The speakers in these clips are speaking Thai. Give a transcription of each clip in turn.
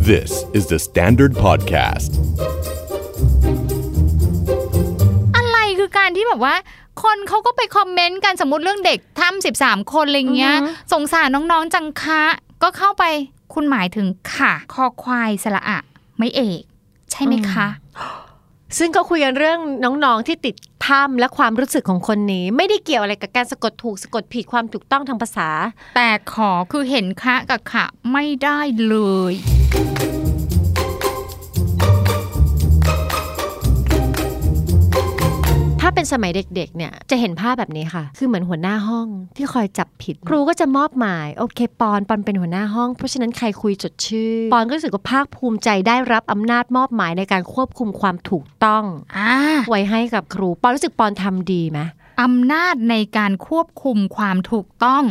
This is the Standard Podcast. อะไรคือการที่แบบว่าคนเขาก็ไปคอมเมนต์กันสมมุติเรื่องเด็กถ้ำ13 คนอะไรเงี้ยสงสารน้องๆจังคะก็เข้าไปคุณหมายถึงค่ะคอควายสระอะไม่เอกใช่ไหมคะซึ่งก็คุยกันเรื่องน้องๆที่ติดถ้ำและความรู้สึกของคนนี้ไม่ได้เกี่ยวอะไรกับการสะกดถูกสะกดผิดความถูกต้องทางภาษาแต่ขอคือเห็นคะกับค่ะไม่ได้เลยถ้าเป็นสมัยเด็กๆเนี่ยจะเห็นภาพแบบนี้ค่ะคือเหมือนหัวหน้าห้องที่คอยจับผิดครูก็จะมอบหมายโอเคปอนเป็นหัวหน้าห้องเพราะฉะนั้นใครคุยจดชื่อปอนก็รู้สึกว่าภาคภูมิใจได้รับอำนาจมอบหมายในการควบคุมความถูกต้องไว้ให้กับครูปอนรู้สึกปอนทำดีไหมอำนาจในการควบคุมความถูกต้อง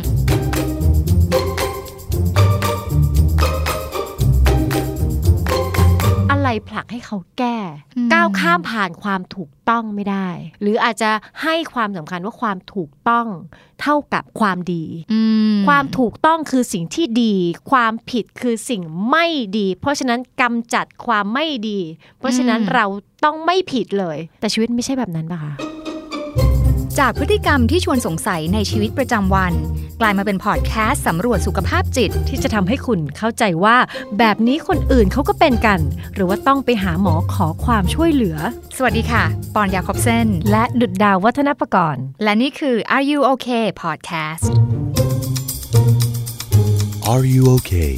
อะไรผลักให้เขาแก้ก้าวข้ามผ่านความถูกต้องไม่ได้หรืออาจจะให้ความสำคัญว่าความถูกต้องเท่ากับความดีความถูกต้องคือสิ่งที่ดีความผิดคือสิ่งไม่ดีเพราะฉะนั้นกำจัดความไม่ดีเพราะฉะนั้นเราต้องไม่ผิดเลยแต่ชีวิตไม่ใช่แบบนั้นป่ะคะจากพฤติกรรมที่ชวนสงสัยในชีวิตประจำวันกลายมาเป็นพอดแคสต์สำรวจสุขภาพจิตที่จะทำให้คุณเข้าใจว่าแบบนี้คนอื่นเขาก็เป็นกันหรือว่าต้องไปหาหมอขอความช่วยเหลือสวัสดีค่ะปอนยาคอบเซนและดุจดาววัฒนประกรณ์และนี่คือ Are You Okay Podcast Are You Okay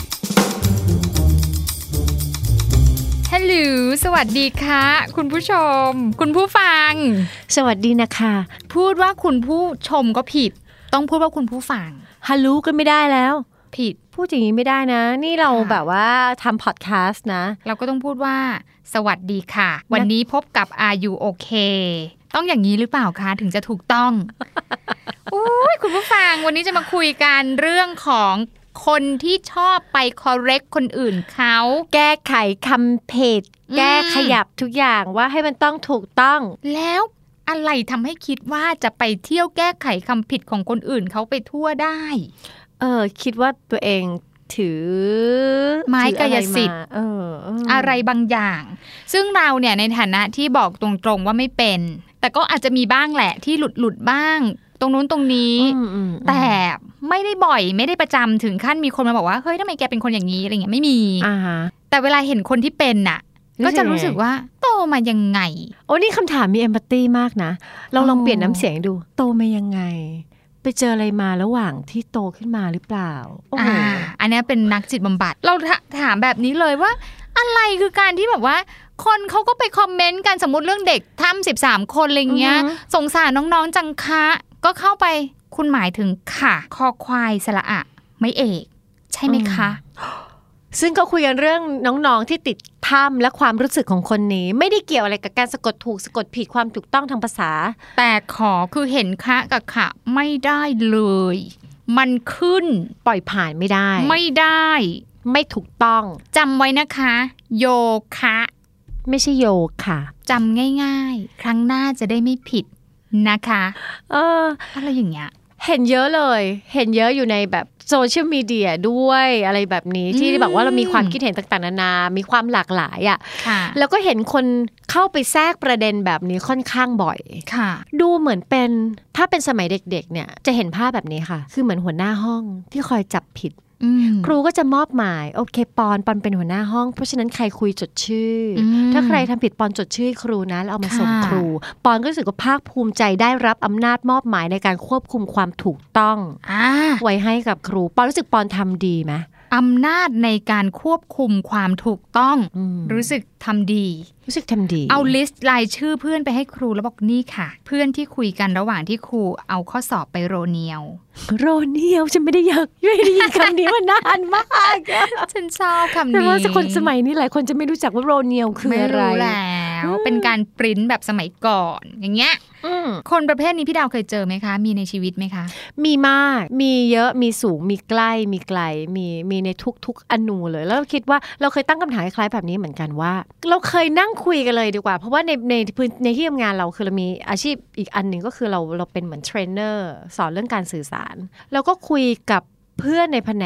ฮัลโหลสวัสดีค่ะคุณผู้ชมคุณผู้ฟังสวัสดีนะคะพูดว่าคุณผู้ชมก็ผิดต้องพูดว่าคุณผู้ฟังฮัลโหลก็ไม่ได้แล้วผิดพูดอย่างนี้ไม่ได้นะนี่เราแบบว่าทำพอดแคสต์นะเราก็ต้องพูดว่าสวัสดีค่ะวันนี้พบกับ Are You Okay ต้องอย่างนี้หรือเปล่าคะถึงจะถูกต้อง โอ้ยคุณผู้ฟังวันนี้จะมาคุยกันเรื่องของคนที่ชอบไป correct คนอื่นเขาแก้ไขคำผิดแก้ขยับทุกอย่างว่าให้มันต้องถูกต้องแล้วอะไรทำให้คิดว่าจะไปเที่ยวแก้ไขคำผิดของคนอื่นเขาไปทั่วได้คิดว่าตัวเองถือไม้กายสิทธิ์อะไรบางอย่างซึ่งเราเนี่ยในฐานะที่บอกตรงๆว่าไม่เป็นแต่ก็อาจจะมีบ้างแหละที่หลุดบ้างตรงนู้นตรงนี้แต่ไม่ได้บ่อยไม่ได้ประจำถึงขั้นมีคนมาบอกว่าเฮ้ยทำไมแกเป็นคนอย่างนี้อะไรเงี้ยไม่มีแต่เวลาเห็นคนที่เป็นน่ะก็จะรู้สึกว่าโตมายังไงโอ้นี่คำถามมีเอมพัตตี้มากนะลองเปลี่ยนน้ำเสียงดูโตมายังไงไปเจออะไรมาระหว่างที่โตขึ้นมาหรือเปล่าอันนี้เป็นนักจิตบำบัดเราถามแบบนี้เลยว่าอะไรคือการที่แบบว่าคนเขาก็ไปคอมเมนต์กันสมมุติเรื่องเด็กถ้ำ13 คนอะไรเงี้ยสงสารน้องๆจังคะก็เข้าไปคุณหมายถึงค่ะคอควายสระอะไม่เอกใช่ไหมคะซึ่งก็คุยกันเรื่องน้องๆที่ติดถ้ำและความรู้สึกของคนนี้ไม่ได้เกี่ยวอะไรกับการสะกดถูกสะกดผิดความถูกต้องทางภาษาแต่ขอคือเห็นคะกับค่ะไม่ได้เลยมันขึ้นปล่อยผ่านไม่ได้ไม่ถูกต้องจำไว้นะคะโยคะไม่ใช่โยค่ะจำง่ายๆครั้งหน้าจะได้ไม่ผิดนะคะอะไรอย่างเงี้ยเห็นเยอะเลยเห็นเยอะอยู่ในแบบโซเชียลมีเดียด้วยอะไรแบบนี้ที่แบบว่าเรามีความคิดเห็นต่างๆนานามีความหลากหลายอ่ะแล้วก็เห็นคนเข้าไปแทรกประเด็นแบบนี้ค่อนข้างบ่อยดูเหมือนเป็นถ้าเป็นสมัยเด็กๆเนี่ยจะเห็นภาพแบบนี้ค่ะคือเหมือนหัวหน้าห้องที่คอยจับผิดครูก็จะมอบหมายโอเคปอนเป็นหัวหน้าห้องเพราะฉะนั้นใครคุยจดชื่อถ้าใครทำผิดปอนจดชื่อครูนะแล้วเอามาส่งครูปอนก็รู้สึกว่าภาคภูมิใจได้รับอำนาจมอบหมายในการควบคุมความถูกต้องไว้ให้กับครูปอนรู้สึกปอนทำดีไหมอำนาจในการควบคุมความถูกต้องรู้สึกทำดีเอาลิสต์รายชื่อเพื่อนไปให้ครูแล้วบอกนี่ค่ะเพื่อนที่คุยกันระหว่างที่ครูเอาข้อสอบไปโรเนียลฉันไม่ได้ยินคำนี้มานานมากฉันชอบคำนี้แต่ว่าคนสมัยนี้หลายคนจะไม่รู้จักว่าโรเนียลคืออะไรไม่รู้แล้วเป็นการปริ้นแบบสมัยก่อนอย่างเงี้ยคนประเภทนี้พี่ดาวเคยเจอไหมคะมีในชีวิตไหมคะมีมากมีเยอะมีสูงมีใกล้มีไกลมีในทุกอนูเลยแล้วคิดว่าเราเคยตั้งคำถามคล้ายๆแบบนี้เหมือนกันว่าเราเคยนั่งคุยกันเลยดีกว่าเพราะว่าในที่ทำงานเราคือเรามีอาชีพอีกอันหนึ่งก็คือเราเป็นเหมือนเทรนเนอร์สอนเรื่องการสื่อสารแล้วก็คุยกับเพื่อนในแผนก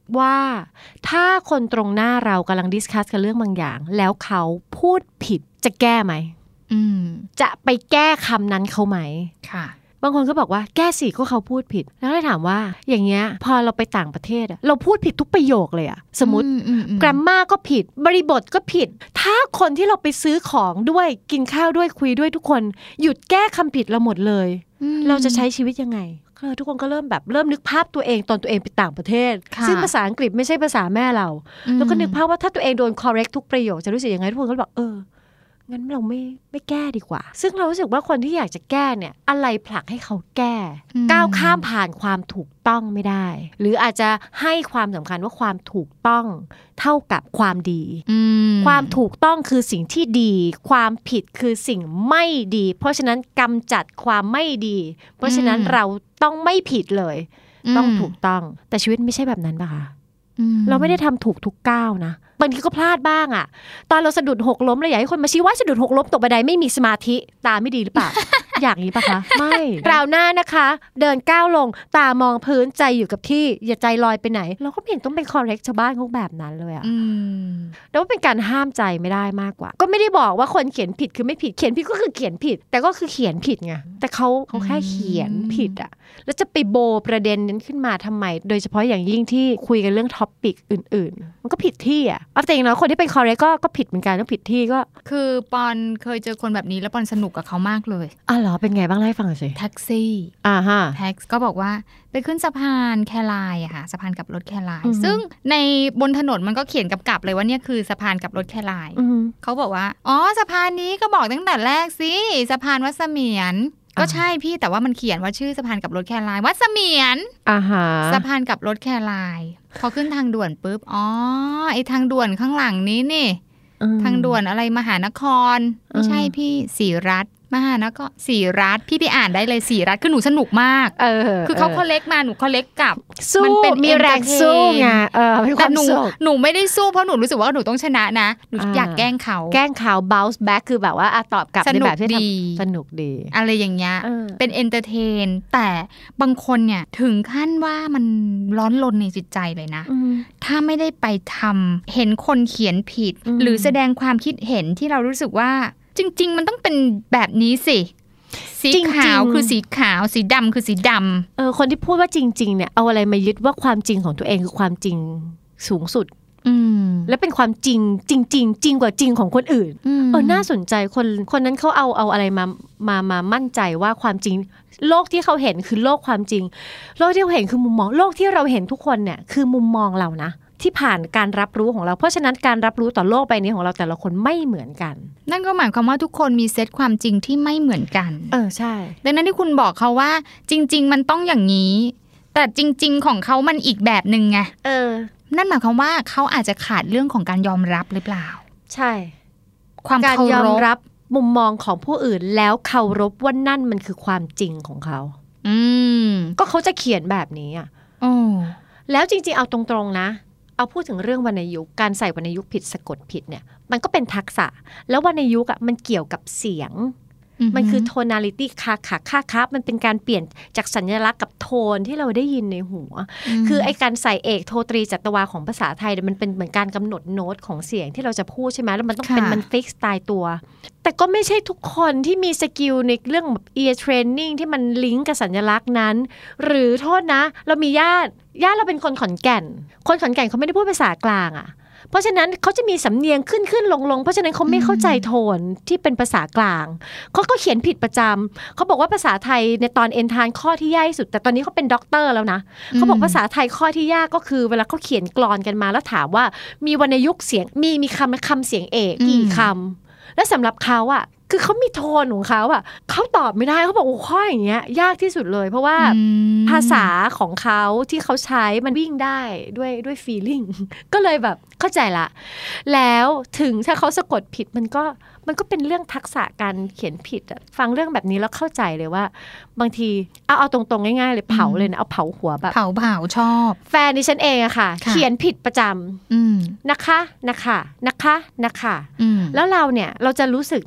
ว่าถ้าคนตรงหน้าเรากำลังดิสคัสกันเรื่องบางอย่างแล้วเขาพูดผิดจะแก้ไหมจะไปแก้คำนั้นเขาไหมค่ะบางคนก็บอกว่าแก้สิก็เขาพูดผิดแล้วเลยถามว่าอย่างเงี้ยพอเราไปต่างประเทศอะเราพูดผิดทุกประโยคเลยอะสมมติแกรมม่าก็ผิดบริบทก็ผิดถ้าคนที่เราไปซื้อของด้วยกินข้าวด้วยคุยด้วยทุกคนหยุดแก้คำผิดเราหมดเลยเราจะใช้ชีวิตยังไงทุกคนก็เริ่มนึกภาพตัวเองตอนตัวเองไปต่างประเทศซึ่งภาษาอังกฤษไม่ใช่ภาษาแม่เราแล้วก็นึกภาพว่าถ้าตัวเองโดน correct ทุกประโยคจะรู้สึกยังไงทุกคนก็บอกงั้นเราไม่แก้ดีกว่าซึ่งเรารู้สึกว่าคนที่อยากจะแก้เนี่ยอะไรผลักให้เขาแก้ก้าวข้ามผ่านความถูกต้องไม่ได้หรืออาจจะให้ความสำคัญว่าความถูกต้องเท่ากับความดีความถูกต้องคือสิ่งที่ดีความผิดคือสิ่งไม่ดีเพราะฉะนั้นกำจัดความไม่ดีเพราะฉะนั้นเราต้องไม่ผิดเลยต้องถูกต้องแต่ชีวิตไม่ใช่แบบนั้นป่ะคะเราไม่ได้ทำถูกทุกก้าวนะบางทีก็พลาดบ้างอะตอนเราสะดุดหกล้มเราอยากให้คนมาชี้ว่าสะดุดหกล้มตกบันไดไม่มีสมาธิตาไม่ดีหรือเปล่า อย่างนี้ปะคะไม่คราวหน้านะคะเดินก้าวลงตามองพื้นใจอยู่กับที่อย่าใจลอยไปไหนเราก็ไม่เห็นต้องเป็น correct ชาวบ้านเขาแบบนั้นเลยอะแล้วเป็นการห้ามใจไม่ได้มากกว่าก็ไม่ได้บอกว่าคนเขียนผิดคือไม่ผิดเขียนผิดก็คือเขียนผิดแต่ก็คือเขียนผิดไงแต่เขาแค่เขียนผิดอะแล้วจะไปโบประเด็นนั้นขึ้นมาทำไมโดยเฉพาะอย่างยิ่งที่คุยกันเรื่องท็อปิกอื่นๆมันก็ผิดที่อะแต่อย่างน้อยคนที่เป็น correct ก็ผิดเหมือนกันก็ผิดที่ก็คือปอนเคยเจอคนแบบนี้แล้วปอนสนุกกับเขามากเลยเหรอเป็นไงบ้างเล่าให้ฟังหน่อยสิแท็กซี่ฮะแท็กก็บอกว่าไปขึ้นสะพานแคไลน์อะค่ะสะพานกับรถแคไลน์ซึ่งในบนถนนมันก็เขียนกับเลยว่าเนี่ยคือสะพานกับรถแคไลน์เขาบอกว่าสะพานนี้ก็บอกตั้งแต่แรกสิสะพานวัดเสมียนก็ใช่พี่แต่ว่ามันเขียนว่าชื่อสะพานกับรถแคไลน์วัดเสมียนสะพานกับรถแคไลน์พอขึ้นทางด่วนปุ๊บไอทางด่วนข้างหลังนี้นี่ทางด่วนอะไรมหานครไม่ใช่พี่ศรีรัตน์มหานครศรีรัตน์พี่ไปอ่านได้เลยศรีรัตน์คือหนูสนุกมากคือเขาเล็กมาหนูเล็กกลับมันเป็นมีแรงสู้ไงแต่หนูไม่ได้สู้เพราะหนูรู้สึกว่าหนูต้องชนะนะหนูอยากแกล้งเขา bounce back คือแบบว่าตอบกลับในแบบที่สนุกดีอะไรอย่างเงี้ยเป็นเอนเตอร์เทนแต่บางคนเนี่ยถึงขั้นว่ามันร้อนรนในจิตใจเลยนะถ้าไม่ได้ไปทำเห็นคนเขียนผิดหรือแสดงความคิดเห็นที่เรารู้สึกว่าจริงๆมันต้องเป็นแบบนี้สิสีขาวคือสีขาวสีดำคือสีดำคนที่พูดว่าจริงๆเนี่ยเอาอะไรมายึดว่าความจริงของตัวเองคือความจริงสูงสุดและเป็นความจริงจริงกว่าจริงของคนอื่นน่าสนใจคนนั้นเขาเอาอะไรมามั่นใจว่าความจริงโลกที่เขาเห็นคือโลกความจริงโลกที่เขาเห็นคือมุมมองโลกที่เราเห็นทุกคนเนี่ยคือมุมมองเรานะที่ผ่านการรับรู้ของเราเพราะฉะนั้นการรับรู้ต่อโลกใบนี้ของเราแต่ละคนไม่เหมือนกันนั่นก็หมายความว่าทุกคนมีเซตความจริงที่ไม่เหมือนกันใช่ดังนั้นที่คุณบอกเขาว่าจริงๆมันต้องอย่างนี้แต่จริงๆของเขามันอีกแบบนึงไงนั่นหมายความว่าเขาอาจจะขาดเรื่องของการยอมรับหรือเปล่าใช่ความการยอมรับมุมมองของผู้อื่นแล้วเคารพว่านั่นมันคือความจริงของเขาก็เขาจะเขียนแบบนี้แล้วจริงๆเอาตรงๆนะเอาพูดถึงเรื่องวรรณยุกต์การใส่วรรณยุกต์ผิดสะกดผิดเนี่ยมันก็เป็นทักษะแล้ววรรณยุกต์มันเกี่ยวกับเสียงมันคือ tonality ค่ามันเป็นการเปลี่ยนจากสัญลักษณ์กับโทนที่เราได้ยินในหัวคือไอ้การใส่เอกโทตรีจัตวาของภาษาไทยมันเป็นเหมือนการกำหนดโน้ตของเสียงที่เราจะพูดใช่ไหมแล้วมันต้องเป็นมันฟิกซ์ตายตัวแต่ก็ไม่ใช่ทุกคนที่มีสกิลในเรื่องแบบ ear training ที่มันลิงก์กับสัญลักษณ์นั้นหรือโทษนะเรามีญาติเราเป็นคนขอนแก่นเขาไม่ได้พูดภาษากลางอ่ะเพราะฉะนั้นเขาจะมีสำเนียงขึ้นลงเพราะฉะนั้นเขาไม่เข้าใจโทนที่เป็นภาษากลางเขาก็เขียนผิดประจำเขาบอกว่าภาษาไทยในตอนเอ็นทานข้อที่ยากที่สุดแต่ตอนนี้เขาเป็นด็อกเตอร์แล้วนะเขาบอกภาษาไทยข้อที่ยากก็คือเวลาเขาเขียนกลอนกันมาแล้วถามว่ามีวรรณยุกต์เสียงมีคำเสียงเอกกี่คำและสำหรับเขาอ่ะคือเขามีโทนของเขาอ่ะเขาตอบไม่ได้เขาบอกข้ออย่างเงี้ยยากที่สุดเลยเพราะว่าภาษาของเขาที่เขาใช้มันวิ่งได้ด้วย feeling ก็เลยแบบเข้าใจละแล้วถึงถ้าเขาสะกดผิดมันก็เป็นเรื่องทักษะการเขียนผิดอะฟังเรื่องแบบนี้แล้วเข้าใจเลยว่าบางทีเอาตรงๆง่ายๆเลยเผาเลยนะเอาเผาหัวแบบเผาชอบแฟนดิฉันเองอะค่ะเขียนผิดประจำนะคะแล้วเราเนี่ยเราจะรู้สึกนะแล้วเราก็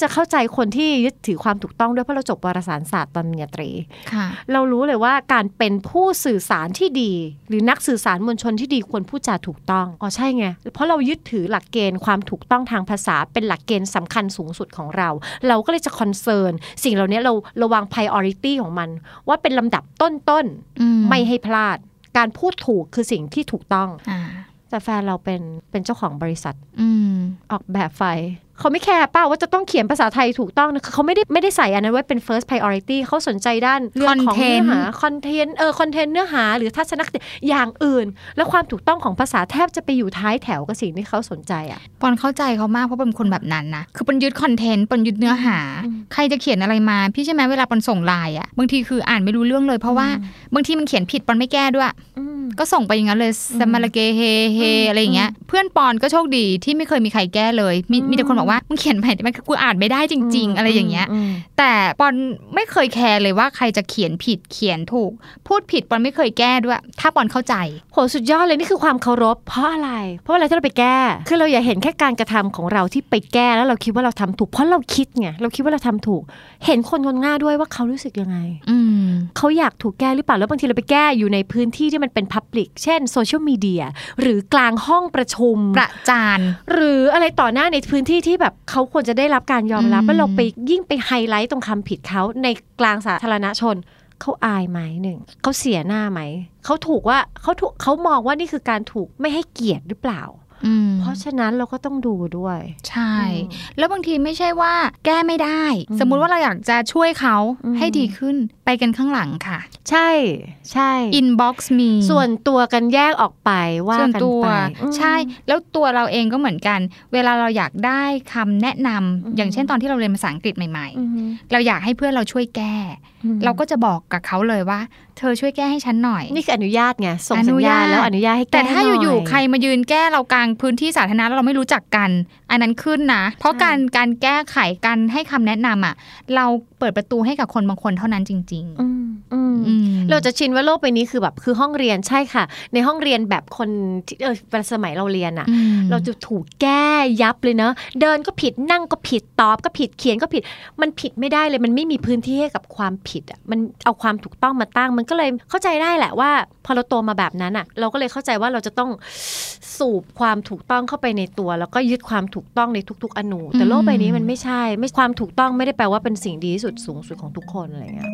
จะเข้าใจคนที่ยึดถือความถูกต้องด้วยเพราะเราจบวารสารศาสตร์ตอนปริญญาตรีเรารู้เลยว่าการเป็นผู้สื่อสารที่ดีหรือนักสื่อสารมวลชนที่ดีควรพูดจาถูกต้องใช่ไงเพราะเรายึดถือหลักเกณฑ์ความถูกต้องทางภาษาเป็นหลักเกณฑ์สำคัญสูงสุดของเราก็เลยจะคอนเซิร์นสิ่งเหล่านี้เราวาง priority ของมันว่าเป็นลำดับต้นไม่ให้พลาดการพูดถูกคือสิ่งที่ถูกต้องแต่แฟนเราเป็นเจ้าของบริษัทออกแบบไฟเขาไม่แคร์ป่ะว่าจะต้องเขียนภาษาไทยถูกต้องนะเขาไม่ได้ใส่อันนั้นไว้เป็น first priority เขาสนใจด้านเรื่องของเนื้อหาคอนเทนต์เนื้อหาหรือทัศนคติอย่างอื่นแล้วความถูกต้องของภาษาแทบจะไปอยู่ท้ายแถวกับสิ่งที่เขาสนใจอ่ะปอนเข้าใจเขามากเพราะเป็นคนแบบนั้นนะคือปอนยึดคอนเทนต์ปอนยึดเนื้อหาใครจะเขียนอะไรมาพี่ใช่ไหมเวลาปอนส่งไลน์อ่ะบางทีคืออ่านไม่รู้เรื่องเลยเพราะว่าบางทีมันเขียนผิดปอนไม่แก้ด้วยก็ส่งไปอย่างนั้นเลยสมาลเกเฮอะไรอย่างเงี้ยเพื่อนปอนก็โชคดีที่ไม่เคยมีใครแก้เลยมีแต่คนบอกว่ามึงเขียนใหม่มันกูอ่านไม่ได้จริงๆอะไรอย่างเงี้ยแต่ปอนไม่เคยแคร์เลยว่าใครจะเขียนผิดเขียนถูกพูดผิดปอนไม่เคยแก้ด้วยถ้าปอนเข้าใจโหสุดยอดเลยนี่คือความเคารพเพราะอะไรที่เราไปแก้คือเราอย่าเห็นแค่การกระทำของเราที่ไปแก้แล้วเราคิดว่าเราทำถูกเพราะเราคิดไงเราคิดว่าเราทำถูกเห็นคนหน้าด้วยว่าเขารู้สึกยังไงเขาอยากถูกแก้หรือเปล่าแล้วบางทีเราไปแก้อยู่ในพื้นที่ที่มันเป็น public เช่นโซเชียลมีเดียหรือกลางห้องประชุมประจานหรืออะไรต่อหน้าในพื้นที่ที่แบบเขาควรจะได้รับการยอมรับแล้วเราไปยิ่งไปไฮไลท์ตรงคำผิดเขาในกลางสาธารณชนเขาอายไหมหนึ่งเขาเสียหน้าไหมเขาถูกว่าเขามองว่านี่คือการถูกไม่ให้เกียรติหรือเปล่าเพราะฉะนั้นเราก็ต้องดูด้วยใช่แล้วบางทีไม่ใช่ว่าแก้ไม่ได้สมมุติว่าเราอยากจะช่วยเขาให้ดีขึ้นไปกันข้างหลังค่ะใช่ใช่ inbox มีส่วนตัวกันแยกออกไปว่ากันไปใช่แล้วตัวเราเองก็เหมือนกันเวลาเราอยากได้คำแนะนำอย่างเช่นตอนที่เราเรียนภาษาอังกฤษใหม่ๆเราอยากให้เพื่อนเราช่วยแก้เราก็จะบอกกับเขาเลยว่าเธอช่วยแก้ให้ฉันหน่อยนี่คืออนุญาตไงส่งสัญญาณแล้วอนุญาตให้แก้แต่ถ้าอยู่ๆใครมายืนแก้เรากลางพื้นที่สาธารณะแล้วเราไม่รู้จักกันอันนั้นขึ้นนะเพราะการแก้ไขการให้คำแนะนำอ่ะเราเปิดประตูให้กับคนบางคนเท่านั้นจริงๆเราจะชินว่าโลกใบนี้คือแบบคือห้องเรียนใช่ค่ะในห้องเรียนแบบคนสมัยเราเรียนอ่ะเราจะถูกแก้ยับเลยเนาะเดินก็ผิดนั่งก็ผิดตอบก็ผิดเขียนก็ผิดมันผิดไม่ได้เลยมันไม่มีพื้นที่ให้กับความผิดอ่ะมันเอาความถูกต้องมาตั้งมันก็เลยเข้าใจได้แหละว่าพอเราโตมาแบบนั้นอ่ะเราก็เลยเข้าใจว่าเราจะต้องสูบความถูกต้องเข้าไปในตัวแล้วก็ยึดความถูกต้องในทุกๆอนูแต่โลกใบนี้มันไม่ใช่ความถูกต้องไม่ได้แปลว่าเป็นสิ่งดีที่สุดสูงสุดของทุกคนอะไรเงี้ย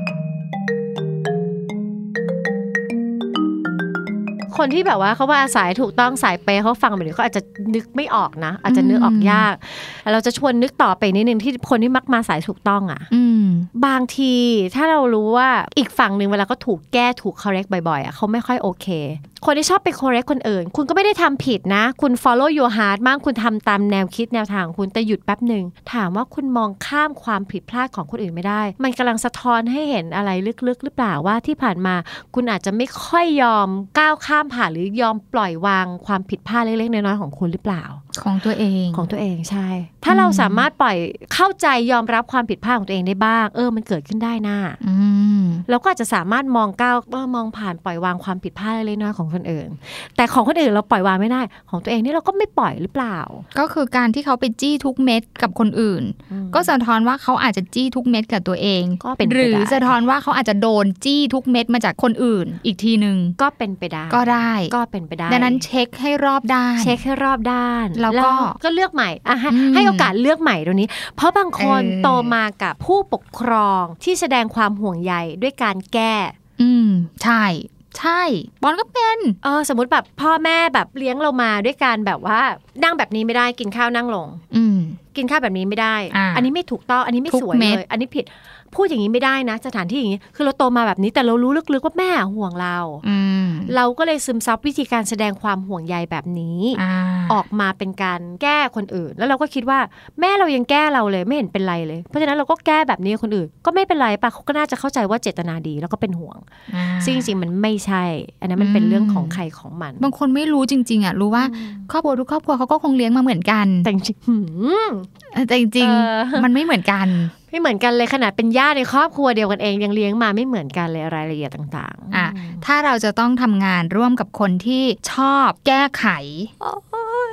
คนที่แบบว่าเขาว่าสายถูกต้องสายเปย์เขาฟังแบบนี้เขาอาจจะนึกไม่ออกนะอาจจะนึกออกยากเราจะชวนนึกต่อไปนิดนึงที่คนที่มักมาสายถูกต้องอ่ะบางทีถ้าเรารู้ว่าอีกฝั่งนึงเวลาก็ถูกแก้ถูก correct บ่อยๆอ่ะเขาไม่ค่อยโอเคคนที่ชอบไป correct คนอื่นคุณก็ไม่ได้ทำผิดนะคุณ follow your heart มากคุณทำตามแนวคิดแนวทางของคุณแต่หยุดแป๊บนึงถามว่าคุณมองข้ามความผิดพลาดของคนอื่นไม่ได้มันกำลังสะท้อนให้เห็นอะไรลึกๆหรือเปล่าว่าที่ผ่านมาคุณอาจจะไม่ค่อยยอมก้าวข้ามผ่านหรือยอมปล่อยวางความผิดพลาดเล็กๆน้อยๆของคุณหรือเปล่าของตัวเองใช่ถ้าเราสามารถปล่อยเข้าใจยอมรับความผิดพลาดของตัวเองได้บ้างมันเกิดขึ้นได้น่าเราก็อาจจะสามารถมองผ่านปล่อยวางความผิดพลาดเล็กๆน้อยๆของคนอื่นแต่ของคนอื่นเราปล่อยวางไม่ได้ของตัวเองนี่เราก็ไม่ปล่อยหรือเปล่าก็คือการที่เขาไปจี้ทุกเม็ดกับคนอื่นก็สะท้อนว่าเขาอาจจะจี้ทุกเม็ดกับตัวเองหรือสะท้อนว่าเขาอาจจะโดนจี้ทุกเม็ดมาจากคนอื่นอีกทีนึงก็เป็นไปได้ก็ได้ดังนั้นเช็คให้รอบด้านแล้วก็เลือกใหม่ให้โอกาสเลือกใหม่ตรงนี้เพราะบางคนโตมากับผู้ปกครองที่แสดงความห่วงใยด้วยการแก้ใช่บอลก็เป็นสมมติแบบพ่อแม่แบบเลี้ยงเรามาด้วยการแบบว่านั่งแบบนี้ไม่ได้กินข้าวนั่งลงกินข้าวแบบนี้ไม่ได้อันนี้ไม่ถูกต้องอันนี้ไม่สวยเลยอันนี้ผิดพูดอย่างนี้ไม่ได้นะสถานที่อย่างนี้คือเราโตมาแบบนี้แต่เรารู้ลึกๆว่าแม่ห่วงเราก็เลยซึมซับวิธีการแสดงความห่วงใยแบบนี้ออกมาเป็นการแก้คนอื่นแล้วเราก็คิดว่าแม่เรายังแก้เราเลยไม่เห็นเป็นไรเลยเพราะฉะนั้นเราก็แก้แบบนี้คนอื่นก็ไม่เป็นไรป่ะเขาก็น่าจะเข้าใจว่าเจตนาดีแล้วก็เป็นห่วงซึ่งจริงๆมันไม่ใช่อันนั้นมันเป็นเรื่องของใครของมันบางคนไม่รู้จริงๆอ่ะรู้ว่าครอบครัวทุกครอบครัวเขาก็คงเลี้ยงมาเหมือนกันแต่จริงๆมันไม่เหมือนกันเลยขนาดเป็นญาติในครอบครัวเดียวกันเองยังเลี้ยงมาไม่เหมือนกันเลยรายละเอียดต่างๆถ้าเราจะต้องทำงานร่วมกับคนที่ชอบแก้ไข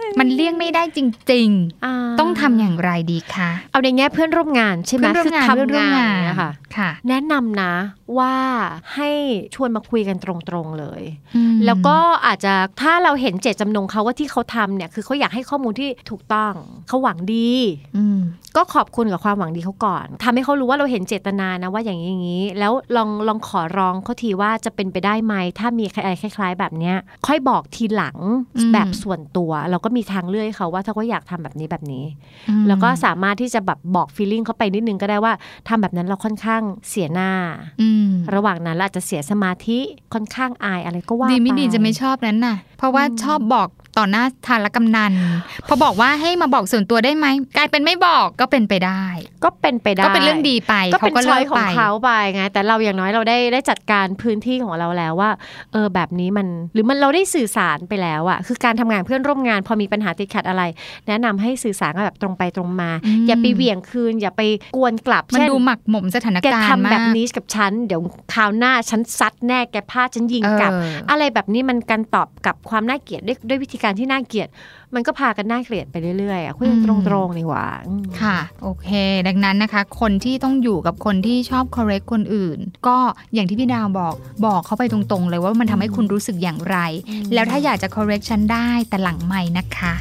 มันเลี่ยงไม่ได้จริงๆต้องทำอย่างไรดีคะเอาในแง่เพื่อนร่วมงานใช่ไหมคือทำงานนะคะแนะนำนะว่าให้ชวนมาคุยกันตรงๆเลยแล้วก็อาจจะถ้าเราเห็นเจตจำนงเขาว่าที่เขาทำเนี่ยคือเขาอยากให้ข้อมูลที่ถูกต้องเขาหวังดีก็ขอบคุณกับความหวังดีเขาก่อนทำให้เขารู้ว่าเราเห็นเจตนานะว่าอย่างนี้แล้วลองขอร้องเขาทีว่าจะเป็นไปได้ไหมถ้ามีอะไรคล้ายๆแบบนี้ค่อยบอกทีหลังแบบส่วนตัวเราก็มีทางเลือกให้เขาว่าถ้าเขาอยากทำแบบนี้แล้วก็สามารถที่จะแบบบอก feeling เขาไปนิดนึงก็ได้ว่าทำแบบนั้นเราค่อนข้างเสียหน้าระหว่างนั้นเราอาจจะเสียสมาธิค่อนข้างอายอะไรก็ว่าไปดีไม่ดีจะไม่ชอบนั้นน่ะเพราะว่าชอบบอกต่อหน้าทานและกำนันพอบอกว่าให้มาบอกส่วนตัวได้ไหมกลายเป็นไม่บอกก็เป็นไปได้ก็เป็นเรื่องดีไปก็เป็นช้อยของเขาไปไงแต่เราอย่างน้อยเราได้จัดการพื้นที่ของเราแล้วว่าแบบนี้มันหรือมันเราได้สื่อสารไปแล้วอะคือการทำงานเพื่อนร่วมงานพอมีปัญหาติดขัดอะไรแนะนำให้สื่อสารแบบตรงไปตรงมาอย่าไปเหวี่ยงคืนอย่าไปกวนกลับมันดูหมักหมมสถานการณ์มากแกทำแบบนี้กับฉันเดี๋ยวคราวหน้าฉันซัดแน่แกพลาดฉันยิงกลับอะไรแบบนี้มันการตอบกับความน่าเกลียดด้วยวิธีการที่น่าเกลียดมันก็พากันน่าเกลียดไปเรื่อยๆคุยกันตรงๆนี่หว่าค่ะโอเคดังนั้นนะคะคนที่ต้องอยู่กับคนที่ชอบ correct คนอื่นก็อย่างที่พี่ดาวบอกเขาไปตรงๆเลยว่ามันทำให้คุณรู้สึกอย่างไรแล้วถ้าอยากจะ correct ฉันได้แต่หลังไมค์นะคะ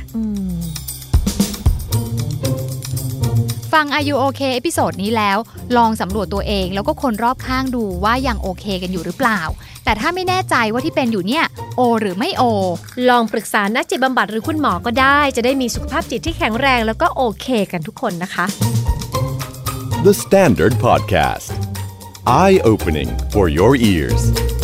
ฟัง Are You OK เอพิโซดนี้แล้วลองสำรวจตัวเองแล้วก็คนรอบข้างดูว่ายังโอเคกันอยู่หรือเปล่าแต่ถ้าไม่แน่ใจว่าที่เป็นอยู่เนี่ยโอหรือไม่โอลองปรึกษานักจิตบำบัดหรือคุณหมอก็ได้จะได้มีสุขภาพจิตที่แข็งแรงแล้วก็โอเคกันทุกคนนะคะ The Standard Podcast Eye Opening for Your Ears